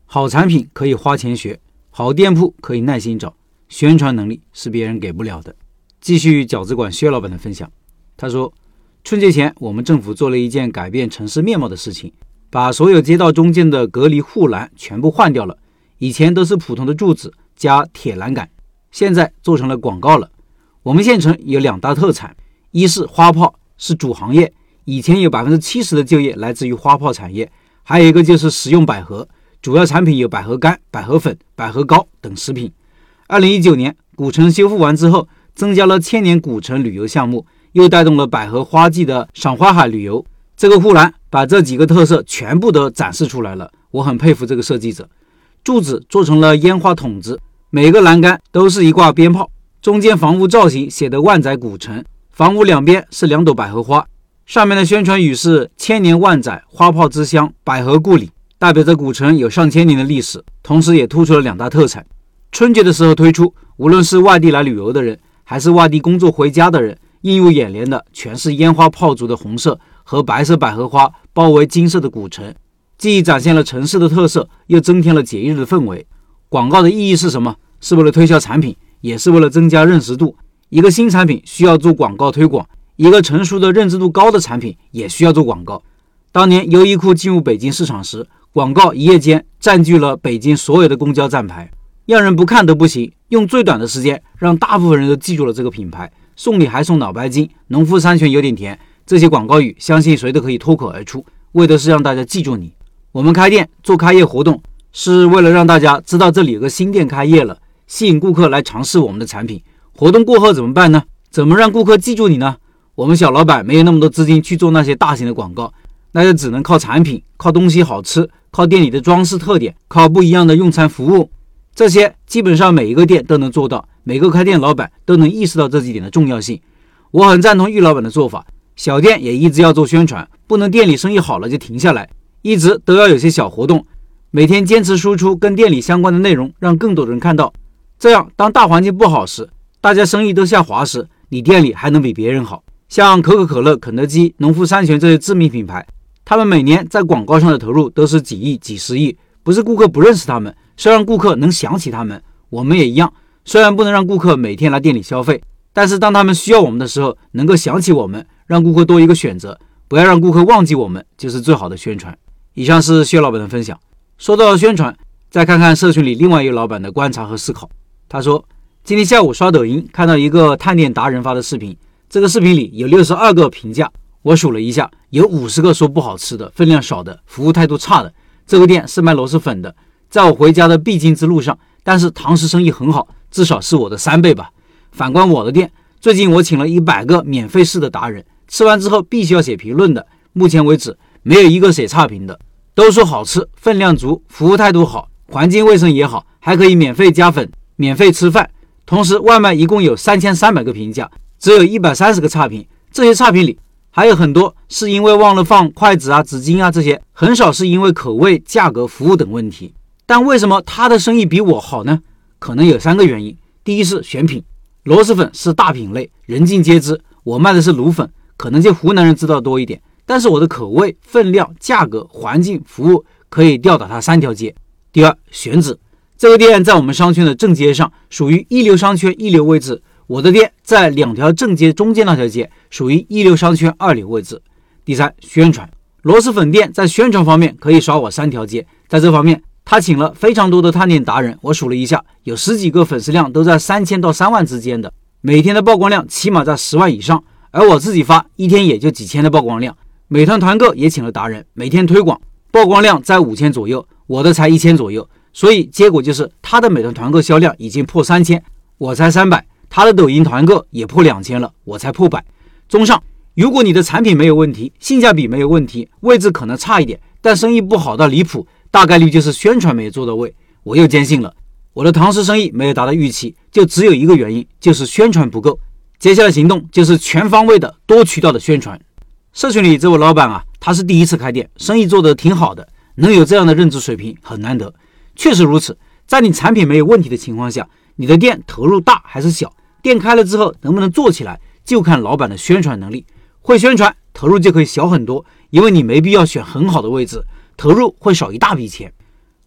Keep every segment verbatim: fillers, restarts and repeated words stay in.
好产品可以花钱学，好店铺可以耐心找，宣传能力是别人给不了的。继续饺子馆薛老板的分享，他说，春节前我们政府做了一件改变城市面貌的事情，把所有街道中间的隔离护栏全部换掉了，以前都是普通的柱子加铁栏杆，现在做成了广告了。我们县城有两大特产，一是花炮是主行业，以前有 百分之七十 的就业来自于花炮产业，还有一个就是食用百合，主要产品有百合干、百合粉、百合糕等食品。二零一九年古城修复完之后，增加了千年古城旅游项目，又带动了百合花季的赏花海旅游。这个护栏把这几个特色全部都展示出来了，我很佩服这个设计者。柱子做成了烟花筒子，每个栏杆都是一挂鞭炮，中间房屋造型写的万载古城，房屋两边是两朵百合花，上面的宣传语是千年万载花炮之乡，百合故里，代表着古城有上千年的历史，同时也突出了两大特产。春节的时候推出，无论是外地来旅游的人还是外地工作回家的人，映入眼帘的全是烟花炮竹的红色和白色百合花包围金色的古城，既展现了城市的特色，又增添了节日的氛围。广告的意义是什么？是为了推销产品，也是为了增加认识度。一个新产品需要做广告推广，一个成熟的认知度高的产品也需要做广告。当年优衣库进入北京市场时，广告一夜间占据了北京所有的公交站牌，让人不看都不行，用最短的时间让大部分人都记住了这个品牌。送礼还送脑白金，农夫山泉有点甜，这些广告语相信谁都可以脱口而出，为的是让大家记住你。我们开店做开业活动，是为了让大家知道这里有个新店开业了，吸引顾客来尝试我们的产品。活动过后怎么办呢？怎么让顾客记住你呢？我们小老板没有那么多资金去做那些大型的广告，那就只能靠产品，靠东西好吃，靠店里的装饰特点，靠不一样的用餐服务。这些基本上每一个店都能做到，每个开店老板都能意识到这几点的重要性。我很赞同玉老板的做法，小店也一直要做宣传，不能店里生意好了就停下来，一直都要有些小活动，每天坚持输出跟店里相关的内容，让更多人看到。这样当大环境不好时，大家生意都下滑时，你店里还能比别人好。像可口可乐、肯德基、农夫山泉这些知名品牌，他们每年在广告上的投入都是几亿、几十亿，不是顾客不认识他们，是让顾客能想起他们。我们也一样，虽然不能让顾客每天来店里消费，但是当他们需要我们的时候，能够想起我们，让顾客多一个选择，不要让顾客忘记我们，就是最好的宣传。以上是薛老板的分享。说到宣传，再看看社群里另外一个老板的观察和思考。他说，今天下午刷抖音看到一个探店达人发的视频，这个视频里有六十二个评价，我数了一下，有五十个说不好吃的、分量少的、服务态度差的。这个店是卖螺蛳粉的，在我回家的必经之路上，但是堂食生意很好，至少是我的三倍吧。反观我的店，最近我请了一百个免费试的达人，吃完之后必须要写评论的，目前为止没有一个写差评的，都说好吃、分量足、服务态度好、环境卫生也好，还可以免费加粉、免费吃饭。同时外卖一共有三千三百个评价，只有一百三十个差评，这些差评里还有很多是因为忘了放筷子啊、纸巾啊，这些很少是因为口味、价格、服务等问题。但为什么他的生意比我好呢？可能有三个原因。第一是选品，螺蛳粉是大品类，人尽皆知，我卖的是卤粉，可能就湖南人知道多一点，但是我的口味、分量、价格、环境、服务可以吊打它三条街。第二，选址，这个店在我们商圈的正街上，属于一流商圈一流位置，我的店在两条正街中间那条街，属于一流商圈二流位置。第三，宣传，螺蛳粉店在宣传方面可以耍我三条街，在这方面他请了非常多的探店达人，我数了一下，有十几个粉丝量都在三千到三万之间的，每天的曝光量起码在十万以上，而我自己发一天也就几千的曝光量。美团团购也请了达人，每天推广，曝光量在五千左右，我的才一千左右，所以结果就是他的美团团购销量已经破三千，我才三百，他的抖音团购也破两千了，我才破百。综上，如果你的产品没有问题，性价比没有问题，位置可能差一点，但生意不好到离谱，大概率就是宣传没有做到位。我又坚信了，我的堂食生意没有达到预期，就只有一个原因，就是宣传不够。接下来行动就是全方位的多渠道的宣传。社群里这位老板啊，他是第一次开店，生意做得挺好的，能有这样的认知水平很难得。确实如此，在你产品没有问题的情况下，你的店投入大还是小，店开了之后能不能做起来，就看老板的宣传能力。会宣传，投入就可以小很多，因为你没必要选很好的位置，投入会少一大笔钱。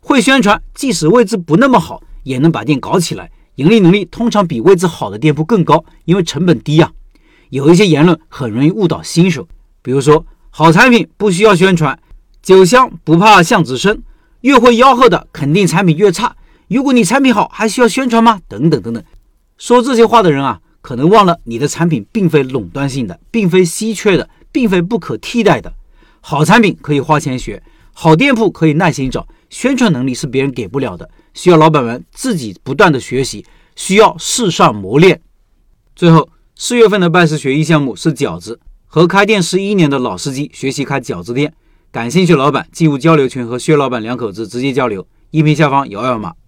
会宣传，即使位置不那么好，也能把店搞起来，盈利能力通常比位置好的店铺更高，因为成本低啊。有一些言论很容易误导新手，比如说好产品不需要宣传，酒香不怕巷子深，越会吆喝的肯定产品越差，如果你产品好还需要宣传吗？等等等等。说这些话的人啊，可能忘了你的产品并非垄断性的，并非稀缺的，并非不可替代的。好产品可以花钱学，好店铺可以耐心找，宣传能力是别人给不了的，需要老板们自己不断的学习，需要试上磨练。最后，四月份的拜师学艺项目是饺子，和开店十一年的老司机学习开饺子店。感兴趣老板进入交流群和薛老板两口子直接交流，音频下方有二维码。